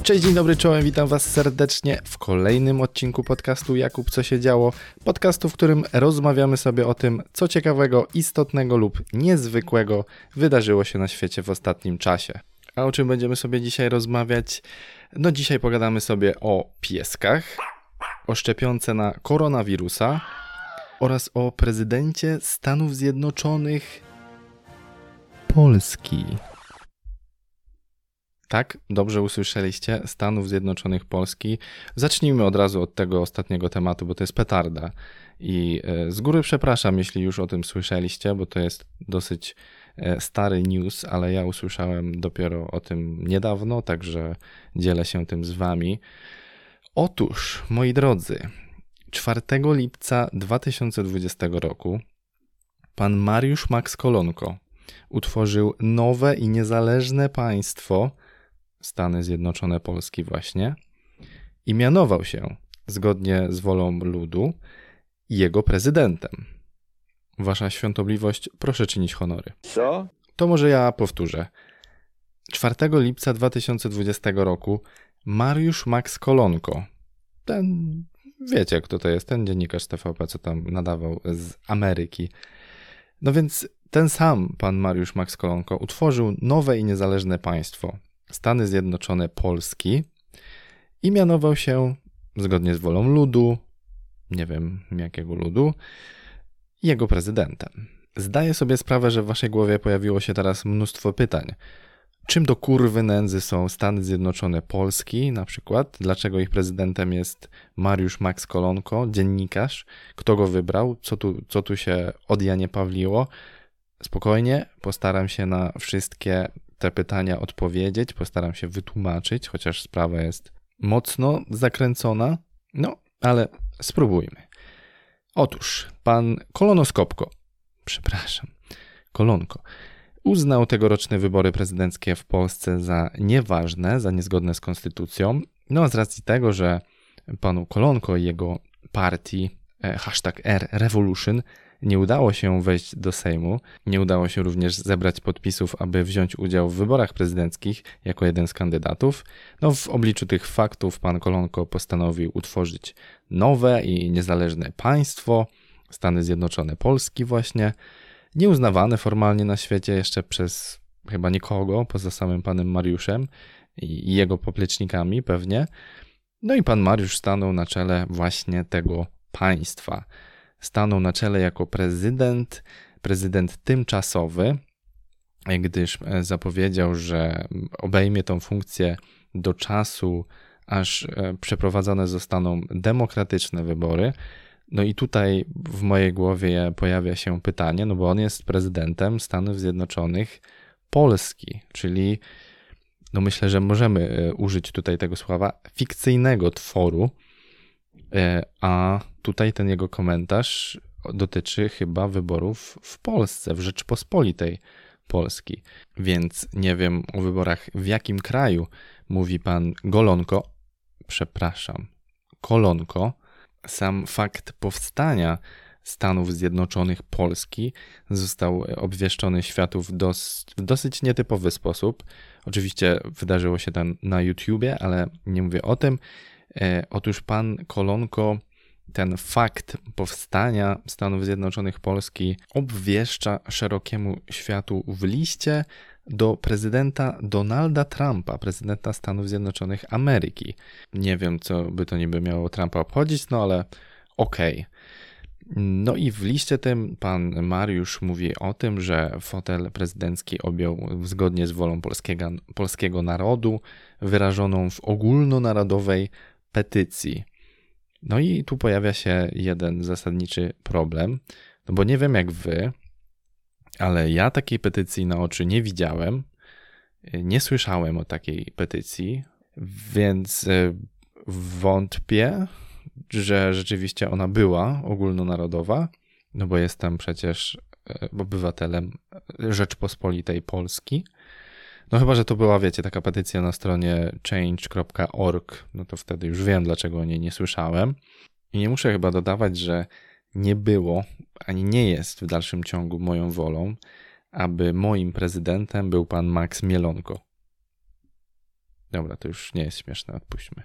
Cześć, dzień dobry, czołem, witam Was serdecznie w kolejnym odcinku podcastu Jakub, co się działo? Podcastu, w którym rozmawiamy sobie o tym, co ciekawego, istotnego lub niezwykłego wydarzyło się na świecie w ostatnim czasie. A o czym będziemy sobie dzisiaj rozmawiać? No dzisiaj pogadamy sobie o pieskach, o szczepionce na koronawirusa oraz o prezydencie Stanów Zjednoczonych Polski. Tak, dobrze usłyszeliście, Stanów Zjednoczonych Polski. Zacznijmy od razu od tego ostatniego tematu, bo to jest petarda. I z góry przepraszam, jeśli już o tym słyszeliście, bo to jest dosyć stary news, ale ja usłyszałem dopiero o tym niedawno, także dzielę się tym z wami. Otóż, moi drodzy, 4 lipca 2020 roku pan Mariusz Max Kolonko utworzył nowe i niezależne państwo, Stany Zjednoczone Polski właśnie, i mianował się, zgodnie z wolą ludu, jego prezydentem. Wasza świątobliwość, proszę czynić honory. Co? To może ja powtórzę. 4 lipca 2020 roku Mariusz Max Kolonko, ten, wiecie kto to jest, ten dziennikarz TVP, co tam nadawał z Ameryki. No więc ten sam pan Mariusz Max Kolonko utworzył nowe i niezależne państwo, Stany Zjednoczone Polski, i mianował się, zgodnie z wolą ludu, nie wiem jakiego ludu, jego prezydentem. Zdaję sobie sprawę, że w waszej głowie pojawiło się teraz mnóstwo pytań. Czym do kurwy nędzy są Stany Zjednoczone Polski na przykład? Dlaczego ich prezydentem jest Mariusz Max Kolonko, dziennikarz? Kto go wybrał? Co tu się od Janie Pawliło? Spokojnie, postaram się na wszystkie te pytania odpowiedzieć, postaram się wytłumaczyć, chociaż sprawa jest mocno zakręcona, no ale spróbujmy. Otóż pan Kolonko uznał tegoroczne wybory prezydenckie w Polsce za nieważne, za niezgodne z konstytucją, no a z racji tego, że panu Kolonko i jego partii #RRevolution nie udało się wejść do Sejmu, nie udało się również zebrać podpisów, aby wziąć udział w wyborach prezydenckich jako jeden z kandydatów. No w obliczu tych faktów pan Kolonko postanowił utworzyć nowe i niezależne państwo, Stany Zjednoczone Polski właśnie, nieuznawane formalnie na świecie jeszcze przez chyba nikogo, poza samym panem Mariuszem i jego poplecznikami pewnie. No i pan Mariusz stanął na czele właśnie tego państwa. Stanął na czele jako prezydent tymczasowy, gdyż zapowiedział, że obejmie tą funkcję do czasu, aż przeprowadzone zostaną demokratyczne wybory. No i tutaj w mojej głowie pojawia się pytanie, no bo on jest prezydentem Stanów Zjednoczonych Polski, czyli no myślę, że możemy użyć tutaj tego słowa, fikcyjnego tworu, a tutaj ten jego komentarz dotyczy chyba wyborów w Polsce, w Rzeczypospolitej Polski. Więc nie wiem o wyborach w jakim kraju mówi pan Kolonko. Sam fakt powstania Stanów Zjednoczonych Polski został obwieszczony światu w dosyć nietypowy sposób. Oczywiście wydarzyło się to na YouTubie, ale nie mówię o tym. Otóż pan Kolonko ten fakt powstania Stanów Zjednoczonych Polski obwieszcza szerokiemu światu w liście do prezydenta Donalda Trumpa, prezydenta Stanów Zjednoczonych Ameryki. Nie wiem, co by to niby miało Trumpa obchodzić, no ale okej. No i w liście tym pan Mariusz mówi o tym, że fotel prezydencki objął zgodnie z wolą polskiego narodu, wyrażoną w ogólnonarodowej petycji. No i tu pojawia się jeden zasadniczy problem, no bo nie wiem jak wy, ale ja takiej petycji na oczy nie widziałem, nie słyszałem o takiej petycji, więc wątpię, że rzeczywiście ona była ogólnonarodowa, no bo jestem przecież obywatelem Rzeczpospolitej Polski. No chyba, że to była, wiecie, taka petycja na stronie change.org, no to wtedy już wiem, dlaczego o niej nie słyszałem. I nie muszę chyba dodawać, że nie było, ani nie jest w dalszym ciągu moją wolą, aby moim prezydentem był pan Max Mielonko. Dobra, to już nie jest śmieszne, odpuśćmy.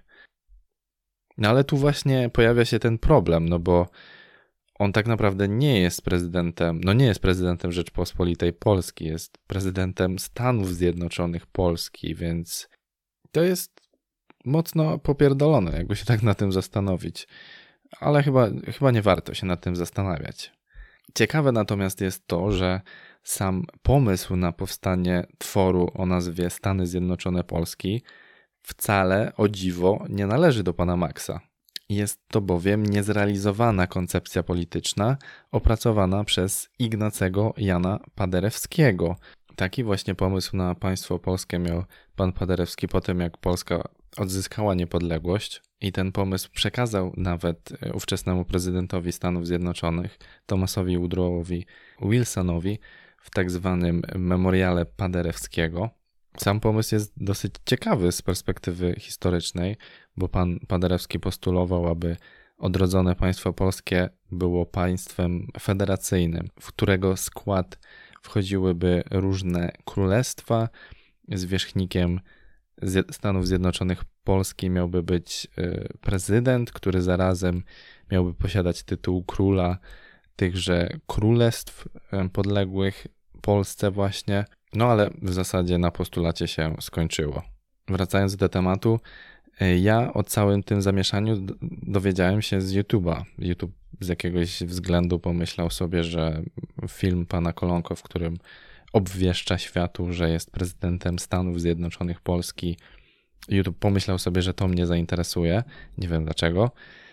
No ale tu właśnie pojawia się ten problem, no bo on tak naprawdę nie jest prezydentem Rzeczpospolitej Polski, jest prezydentem Stanów Zjednoczonych Polski, więc to jest mocno popierdolone, jakby się tak na tym zastanowić. Ale chyba nie warto się nad tym zastanawiać. Ciekawe natomiast jest to, że sam pomysł na powstanie tworu o nazwie Stany Zjednoczone Polski wcale, o dziwo, nie należy do pana Maxa. Jest to bowiem niezrealizowana koncepcja polityczna opracowana przez Ignacego Jana Paderewskiego. Taki właśnie pomysł na państwo polskie miał pan Paderewski po tym, jak Polska odzyskała niepodległość i ten pomysł przekazał nawet ówczesnemu prezydentowi Stanów Zjednoczonych, Thomasowi Woodrowowi Wilsonowi, w tak zwanym memoriale Paderewskiego. Sam pomysł jest dosyć ciekawy z perspektywy historycznej, bo pan Paderewski postulował, aby odrodzone państwo polskie było państwem federacyjnym, w którego skład wchodziłyby różne królestwa. Zwierzchnikiem Stanów Zjednoczonych Polski miałby być prezydent, który zarazem miałby posiadać tytuł króla tychże królestw podległych Polsce właśnie. No ale w zasadzie na postulacie się skończyło. Wracając do tematu, ja o całym tym zamieszaniu dowiedziałem się z YouTube'a. YouTube z jakiegoś względu pomyślał sobie, że film pana Kolonko, w którym obwieszcza światu, że jest prezydentem Stanów Zjednoczonych Polski, YouTube pomyślał sobie, że to mnie zainteresuje. Nie wiem dlaczego.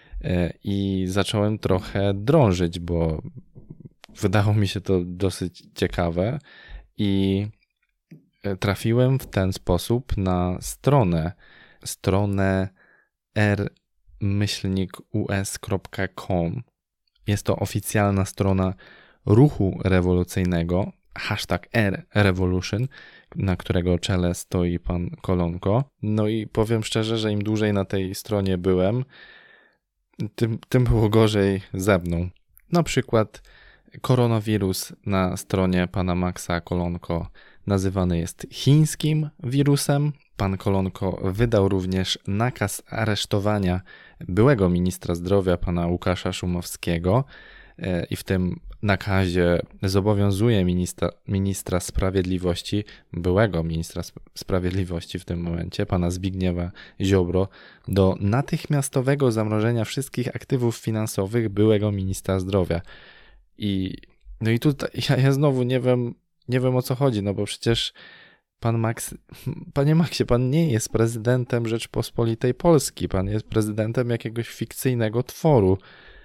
I zacząłem trochę drążyć, bo wydało mi się to dosyć ciekawe i trafiłem w ten sposób na stronę r-us.com. Jest to oficjalna strona ruchu rewolucyjnego, #RRevolution, na którego czele stoi pan Kolonko. No i powiem szczerze, że im dłużej na tej stronie byłem, tym było gorzej ze mną. Na przykład koronawirus na stronie pana Maxa Kolonko nazywany jest chińskim wirusem. Pan Kolonko wydał również nakaz aresztowania byłego ministra zdrowia, pana Łukasza Szumowskiego, i w tym nakazie zobowiązuje ministra sprawiedliwości, byłego ministra sprawiedliwości w tym momencie, pana Zbigniewa Ziobro, do natychmiastowego zamrożenia wszystkich aktywów finansowych byłego ministra zdrowia. No i tutaj ja znowu nie wiem o co chodzi, no bo przecież panie Maxie, pan nie jest prezydentem Rzeczpospolitej Polski, pan jest prezydentem jakiegoś fikcyjnego tworu.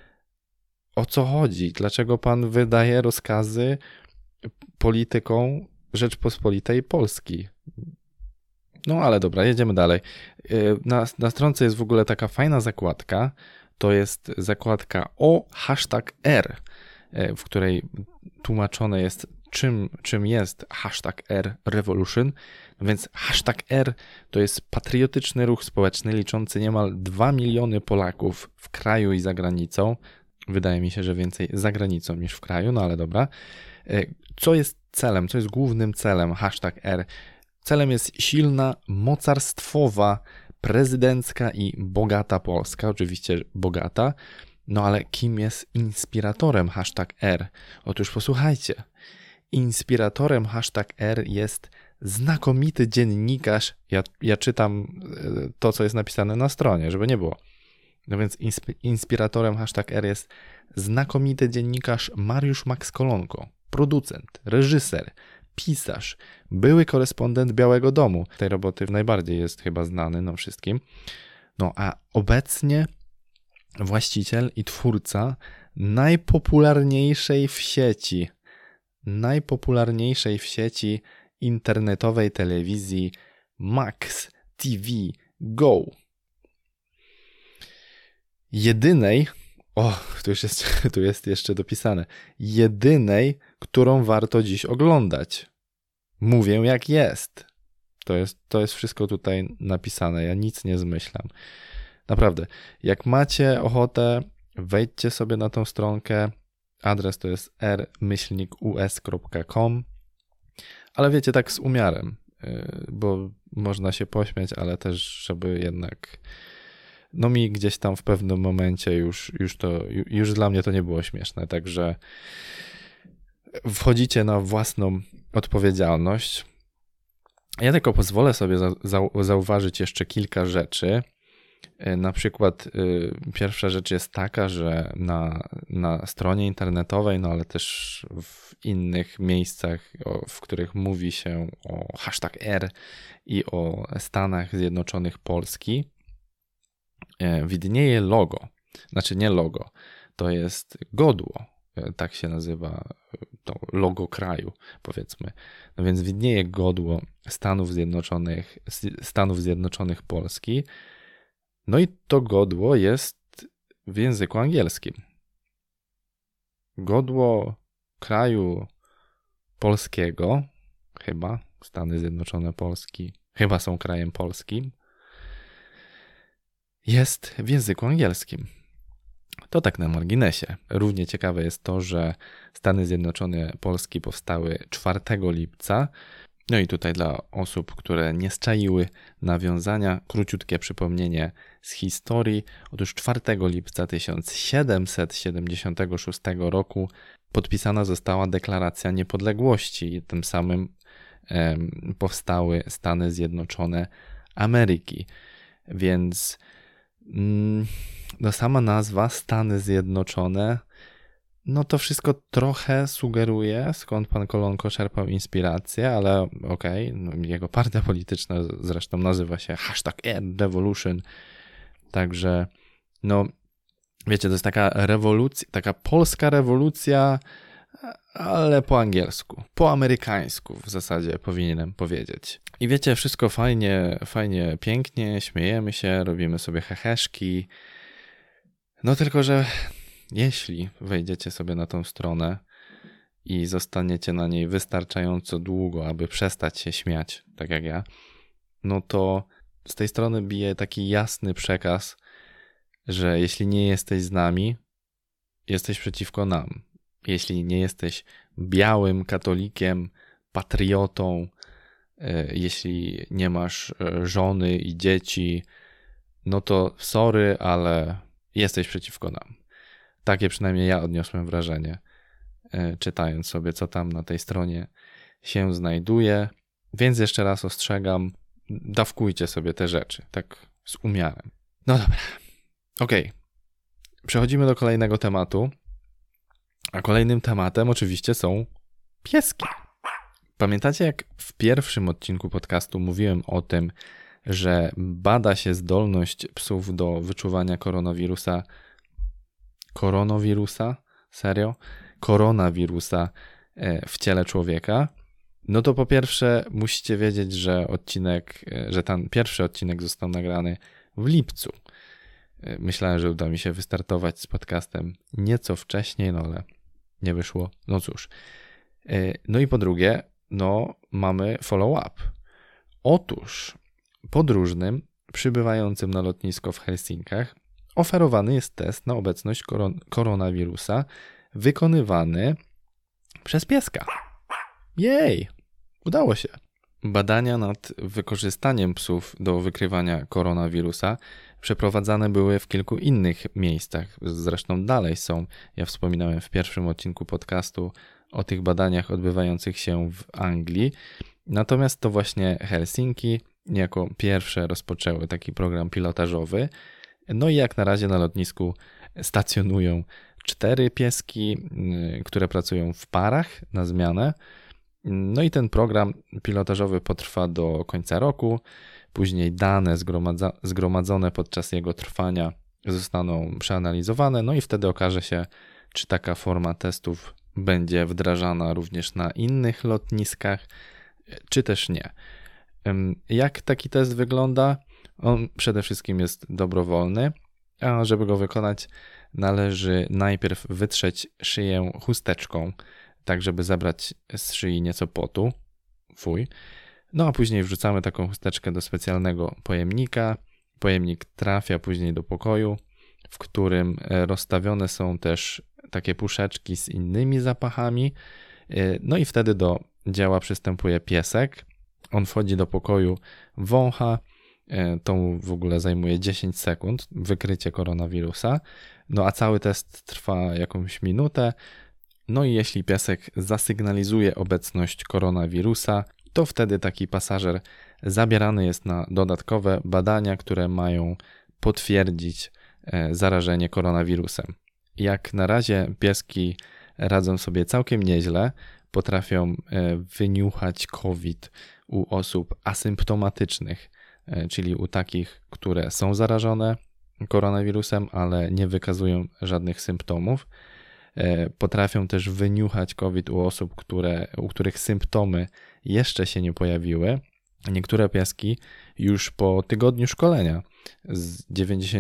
O co chodzi? Dlaczego pan wydaje rozkazy politykom Rzeczpospolitej Polski? No ale dobra, jedziemy dalej. Na stronce jest w ogóle taka fajna zakładka, to jest zakładka o #R, w której tłumaczone jest czym jest #RRevolution. No więc #R to jest patriotyczny ruch społeczny liczący niemal 2 miliony Polaków w kraju i za granicą. Wydaje mi się, że więcej za granicą niż w kraju, no ale dobra. Co jest celem, co jest głównym celem #R? Celem jest silna, mocarstwowa, prezydencka i bogata Polska. Oczywiście bogata. No ale kim jest inspiratorem #R? Otóż posłuchajcie. Inspiratorem #R jest znakomity dziennikarz. Ja czytam to, co jest napisane na stronie, żeby nie było. No więc inspiratorem #R jest znakomity dziennikarz Mariusz Max Kolonko, producent, reżyser, pisarz, były korespondent Białego Domu. Tej roboty najbardziej jest chyba znany wszystkim. No a obecnie właściciel i twórca najpopularniejszej w sieci internetowej telewizji Max TV Go. Jedynej, tu jest jeszcze dopisane, jedynej, którą warto dziś oglądać. Mówię jak jest. To jest wszystko tutaj napisane, ja nic nie zmyślam. Naprawdę, jak macie ochotę, wejdźcie sobie na tą stronkę, adres to jest r-us.com, ale wiecie, tak z umiarem. bo można się pośmiać, ale też, żeby jednak no mi gdzieś tam w pewnym momencie już dla mnie to nie było śmieszne, także wchodzicie na własną odpowiedzialność. Ja tylko pozwolę sobie zauważyć jeszcze kilka rzeczy. Na przykład pierwsza rzecz jest taka, że na stronie internetowej, no ale też w innych miejscach, w których mówi się o #R i o Stanach Zjednoczonych Polski, widnieje logo. Znaczy nie logo, to jest godło. Tak się nazywa to logo kraju, powiedzmy. No więc widnieje godło Stanów Zjednoczonych Polski. No i to godło jest w języku angielskim. Godło kraju polskiego, chyba Stany Zjednoczone Polski, chyba są krajem polskim, jest w języku angielskim. To tak na marginesie. Równie ciekawe jest to, że Stany Zjednoczone Polski powstały 4 lipca. No i tutaj dla osób, które nie zczaiły nawiązania, króciutkie przypomnienie z historii. Otóż 4 lipca 1776 roku podpisana została Deklaracja Niepodległości i tym samym powstały Stany Zjednoczone Ameryki. Więc no sama nazwa Stany Zjednoczone, no to wszystko trochę sugeruje, skąd pan Kolonko czerpał inspirację, ale okej, no jego partia polityczna zresztą nazywa się #Revolution, także no wiecie, to jest taka rewolucja, taka polska rewolucja, ale po angielsku, po amerykańsku w zasadzie powinienem powiedzieć. I wiecie, wszystko fajnie, pięknie, śmiejemy się, robimy sobie heheszki, no tylko, że jeśli wejdziecie sobie na tą stronę i zostaniecie na niej wystarczająco długo, aby przestać się śmiać, tak jak ja, no to z tej strony bije taki jasny przekaz, że jeśli nie jesteś z nami, jesteś przeciwko nam. Jeśli nie jesteś białym katolikiem, patriotą, jeśli nie masz żony i dzieci, no to sorry, ale jesteś przeciwko nam. Takie przynajmniej ja odniosłem wrażenie, czytając sobie, co tam na tej stronie się znajduje. Więc jeszcze raz ostrzegam, dawkujcie sobie te rzeczy, tak z umiarem. No dobra, okej. Przechodzimy do kolejnego tematu. A kolejnym tematem oczywiście są pieski. Pamiętacie, jak w pierwszym odcinku podcastu mówiłem o tym, że bada się zdolność psów do wyczuwania koronawirusa? Serio? Koronawirusa w ciele człowieka? No to po pierwsze musicie wiedzieć, że ten pierwszy odcinek został nagrany w lipcu. Myślałem, że uda mi się wystartować z podcastem nieco wcześniej, no ale nie wyszło. No cóż. No i po drugie, no mamy follow-up. Otóż podróżnym przybywającym na lotnisko w Helsinkach oferowany jest test na obecność koronawirusa wykonywany przez pieska. Jej! Udało się. Badania nad wykorzystaniem psów do wykrywania koronawirusa przeprowadzane były w kilku innych miejscach. Zresztą dalej są. Ja wspominałem w pierwszym odcinku podcastu o tych badaniach odbywających się w Anglii. Natomiast to właśnie Helsinki jako pierwsze rozpoczęły taki program pilotażowy. No i jak na razie na lotnisku stacjonują 4 pieski, które pracują w parach na zmianę. No i ten program pilotażowy potrwa do końca roku. Później dane zgromadzone podczas jego trwania zostaną przeanalizowane, no i wtedy okaże się, czy taka forma testów będzie wdrażana również na innych lotniskach, czy też nie. Jak taki test wygląda? On przede wszystkim jest dobrowolny, a żeby go wykonać, należy najpierw wytrzeć szyję chusteczką, tak żeby zabrać z szyi nieco potu. No a później wrzucamy taką chusteczkę do specjalnego pojemnika. Pojemnik trafia później do pokoju, w którym rozstawione są też takie puszeczki z innymi zapachami. No i wtedy do dzieła przystępuje piesek, On wchodzi do pokoju, wącha, to mu w ogóle zajmuje 10 sekund, wykrycie koronawirusa, no a cały test trwa jakąś minutę. No i jeśli piesek zasygnalizuje obecność koronawirusa, to wtedy taki pasażer zabierany jest na dodatkowe badania, które mają potwierdzić zarażenie koronawirusem. Jak na razie pieski radzą sobie całkiem nieźle, potrafią wyniuchać COVID u osób asymptomatycznych, czyli u takich, które są zarażone koronawirusem, ale nie wykazują żadnych symptomów. Potrafią też wyniuchać COVID u osób, u których symptomy jeszcze się nie pojawiły. Niektóre pieski już po tygodniu szkolenia z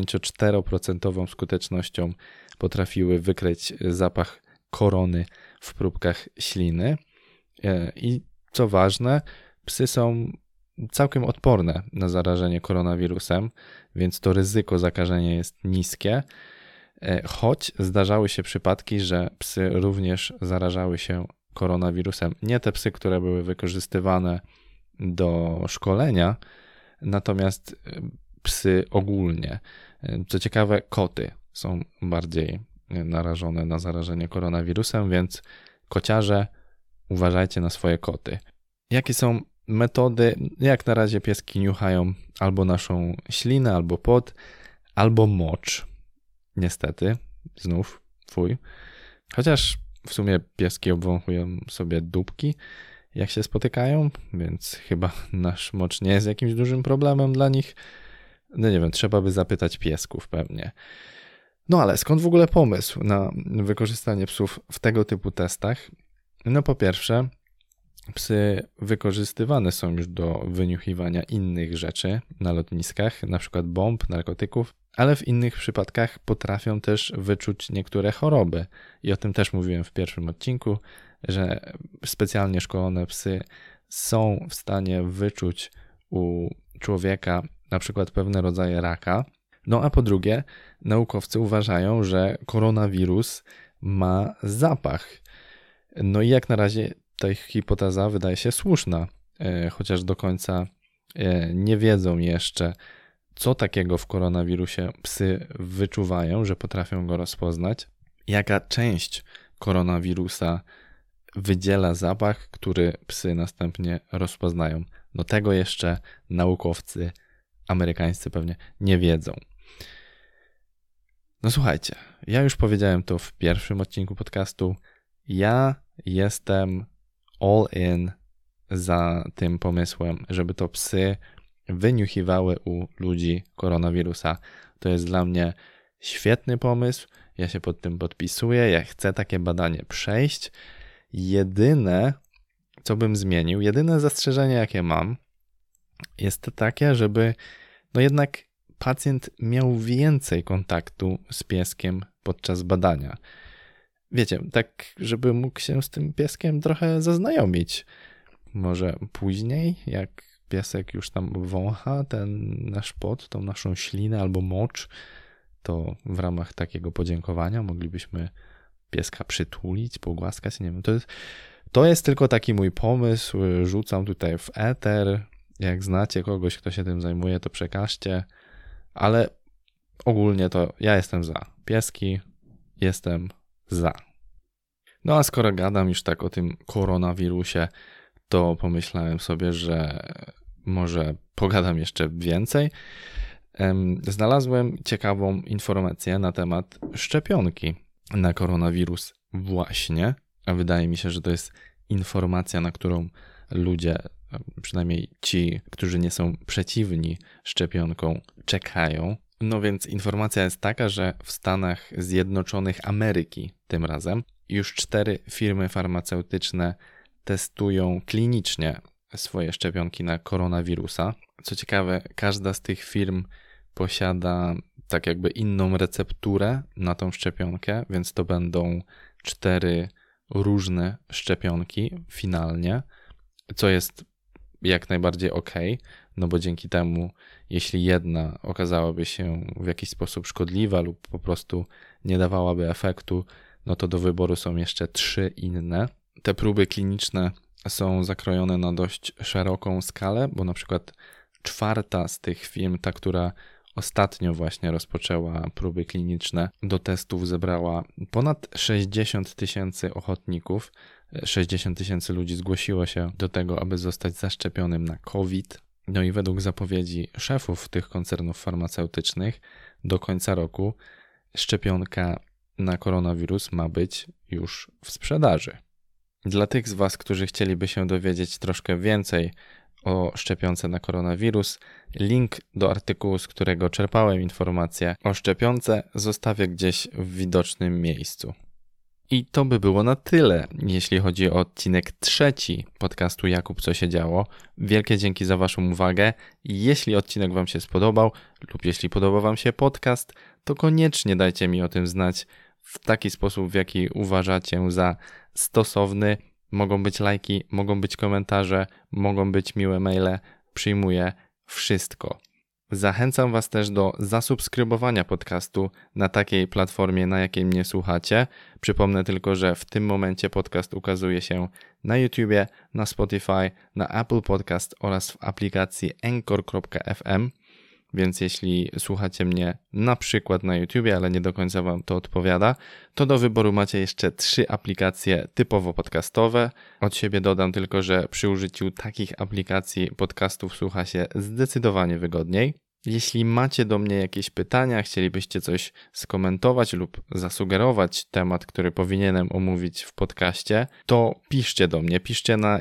94% skutecznością potrafiły wykryć zapach korony w próbkach śliny. I co ważne, psy są całkiem odporne na zarażenie koronawirusem, więc to ryzyko zakażenia jest niskie. Choć zdarzały się przypadki, że psy również zarażały się koronawirusem. Nie te psy, które były wykorzystywane do szkolenia, natomiast psy ogólnie. Co ciekawe, koty są bardziej narażone na zarażenie koronawirusem, więc kociarze, uważajcie na swoje koty. Jakie są metody? Jak na razie pieski niuchają albo naszą ślinę, albo pot, albo mocz. Niestety, znów fuj. Chociaż w sumie pieski obwąchują sobie dupki, jak się spotykają, więc chyba nasz mocz nie jest jakimś dużym problemem dla nich. No nie wiem, trzeba by zapytać piesków pewnie. No ale skąd w ogóle pomysł na wykorzystanie psów w tego typu testach? No po pierwsze, psy wykorzystywane są już do wyniuchiwania innych rzeczy na lotniskach, na przykład bomb, narkotyków, ale w innych przypadkach potrafią też wyczuć niektóre choroby. I o tym też mówiłem w pierwszym odcinku, że specjalnie szkolone psy są w stanie wyczuć u człowieka na przykład pewne rodzaje raka. No a po drugie, naukowcy uważają, że koronawirus ma zapach. No i jak na razie ta ich hipoteza wydaje się słuszna, chociaż do końca nie wiedzą jeszcze, co takiego w koronawirusie psy wyczuwają, że potrafią go rozpoznać, jaka część koronawirusa wydziela zapach, który psy następnie rozpoznają. No tego jeszcze naukowcy amerykańscy pewnie nie wiedzą. No słuchajcie, ja już powiedziałem to w pierwszym odcinku podcastu. Ja jestem all in za tym pomysłem, żeby to psy wyniuchiwały u ludzi koronawirusa. To jest dla mnie świetny pomysł. Ja się pod tym podpisuję. Ja chcę takie badanie przejść. Jedyne, co bym zmienił, jedyne zastrzeżenie, jakie mam, jest takie, żeby jednak pacjent miał więcej kontaktu z pieskiem podczas badania. Wiecie, tak żeby mógł się z tym pieskiem trochę zaznajomić. Może później, jak piesek już tam wącha ten nasz pot, tą naszą ślinę albo mocz, to w ramach takiego podziękowania moglibyśmy pieska przytulić, pogłaskać, nie wiem. To jest tylko taki mój pomysł, rzucam tutaj w eter. Jak znacie kogoś, kto się tym zajmuje, to przekażcie, ale ogólnie to ja jestem za. Pieski jestem za. No a skoro gadam już tak o tym koronawirusie, to pomyślałem sobie, że może pogadam jeszcze więcej. Znalazłem ciekawą informację na temat szczepionki na koronawirus właśnie, a wydaje mi się, że to jest informacja, na którą ludzie, przynajmniej ci, którzy nie są przeciwni szczepionkom, czekają. No więc informacja jest taka, że w Stanach Zjednoczonych Ameryki tym razem już 4 firmy farmaceutyczne testują klinicznie swoje szczepionki na koronawirusa. Co ciekawe, każda z tych firm posiada tak jakby inną recepturę na tą szczepionkę, więc to będą 4 różne szczepionki finalnie, co jest jak najbardziej okej, no bo dzięki temu, jeśli jedna okazałaby się w jakiś sposób szkodliwa lub po prostu nie dawałaby efektu, no to do wyboru są jeszcze 3 inne. Te próby kliniczne są zakrojone na dość szeroką skalę, bo na przykład 4. z tych firm, ta, która ostatnio właśnie rozpoczęła próby kliniczne, do testów zebrała ponad 60 000 ochotników. 60 000 ludzi zgłosiło się do tego, aby zostać zaszczepionym na COVID. No i według zapowiedzi szefów tych koncernów farmaceutycznych do końca roku szczepionka na koronawirus ma być już w sprzedaży. Dla tych z Was, którzy chcieliby się dowiedzieć troszkę więcej o szczepionce na koronawirus, link do artykułu, z którego czerpałem informacje o szczepionce, zostawię gdzieś w widocznym miejscu. I to by było na tyle, jeśli chodzi o odcinek 3 podcastu Jakub, co się działo. Wielkie dzięki za Waszą uwagę. Jeśli odcinek Wam się spodobał lub jeśli podoba Wam się podcast, to koniecznie dajcie mi o tym znać w taki sposób, w jaki uważacie za stosowny. Mogą być lajki, mogą być komentarze, mogą być miłe maile. Przyjmuję wszystko. Zachęcam Was też do zasubskrybowania podcastu na takiej platformie, na jakiej mnie słuchacie. Przypomnę tylko, że w tym momencie podcast ukazuje się na YouTubie, na Spotify, na Apple Podcast oraz w aplikacji anchor.fm. Więc jeśli słuchacie mnie na przykład na YouTubie, ale nie do końca Wam to odpowiada, to do wyboru macie jeszcze 3 aplikacje typowo podcastowe. Od siebie dodam tylko, że przy użyciu takich aplikacji podcastów słucha się zdecydowanie wygodniej. Jeśli macie do mnie jakieś pytania, chcielibyście coś skomentować lub zasugerować temat, który powinienem omówić w podcaście, to piszcie do mnie. Piszcie na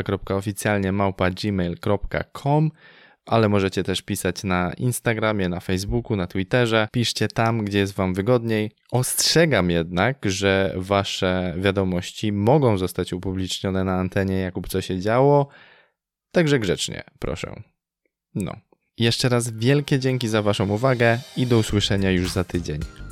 jakub.oficjalnie@gmail.com, ale możecie też pisać na Instagramie, na Facebooku, na Twitterze. Piszcie tam, gdzie jest Wam wygodniej. Ostrzegam jednak, że Wasze wiadomości mogą zostać upublicznione na antenie Jakub, co się działo. Także grzecznie, proszę. Jeszcze raz wielkie dzięki za Waszą uwagę i do usłyszenia już za tydzień.